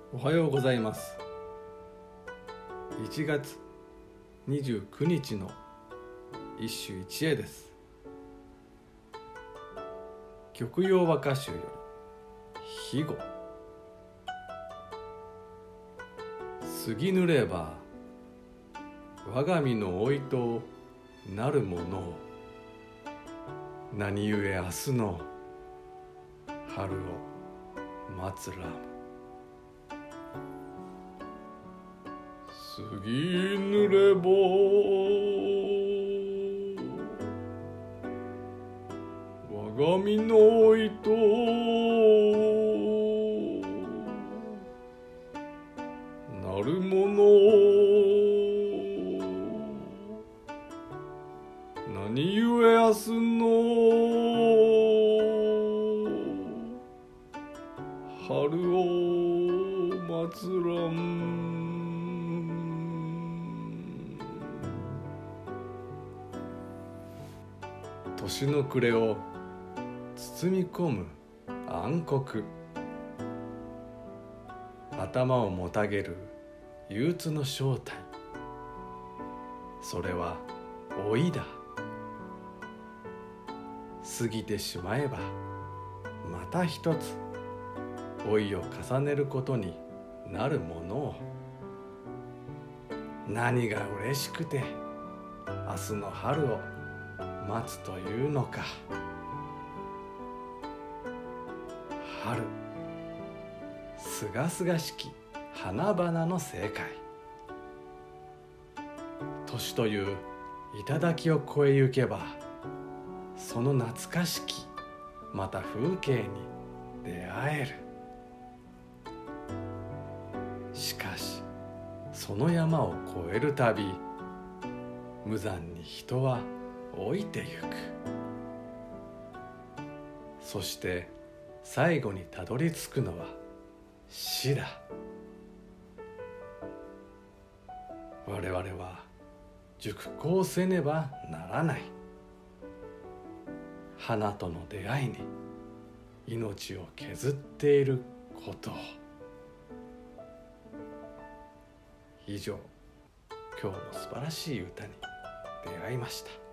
おはようございます。1月29日の一首一会です。曲用和歌集より肥後。過ぎぬれば我が身の老いとなるものを、何故明日の春を待つらむ。過ぎぬれば我が身の老いとなるものを、何故明日の春を待つらん。年の暮れを包み込む暗黒、頭をもたげる憂鬱の正体、それは老いだ。過ぎてしまえばまた一つ老いを重ねることになるものを、何が嬉しくて明日の春を待つというのか。春、すがすがしき花々の正解。年という頂を越えゆけば、その懐かしきまた風景に出会える。しかしその山を越えるたび、無残に人は老いてゆく。そして最後にたどり着くのは死だ。我々は熟考せねばならない。花との出会いに命を削っていることを。以上、今日も素晴らしい歌に出会いました。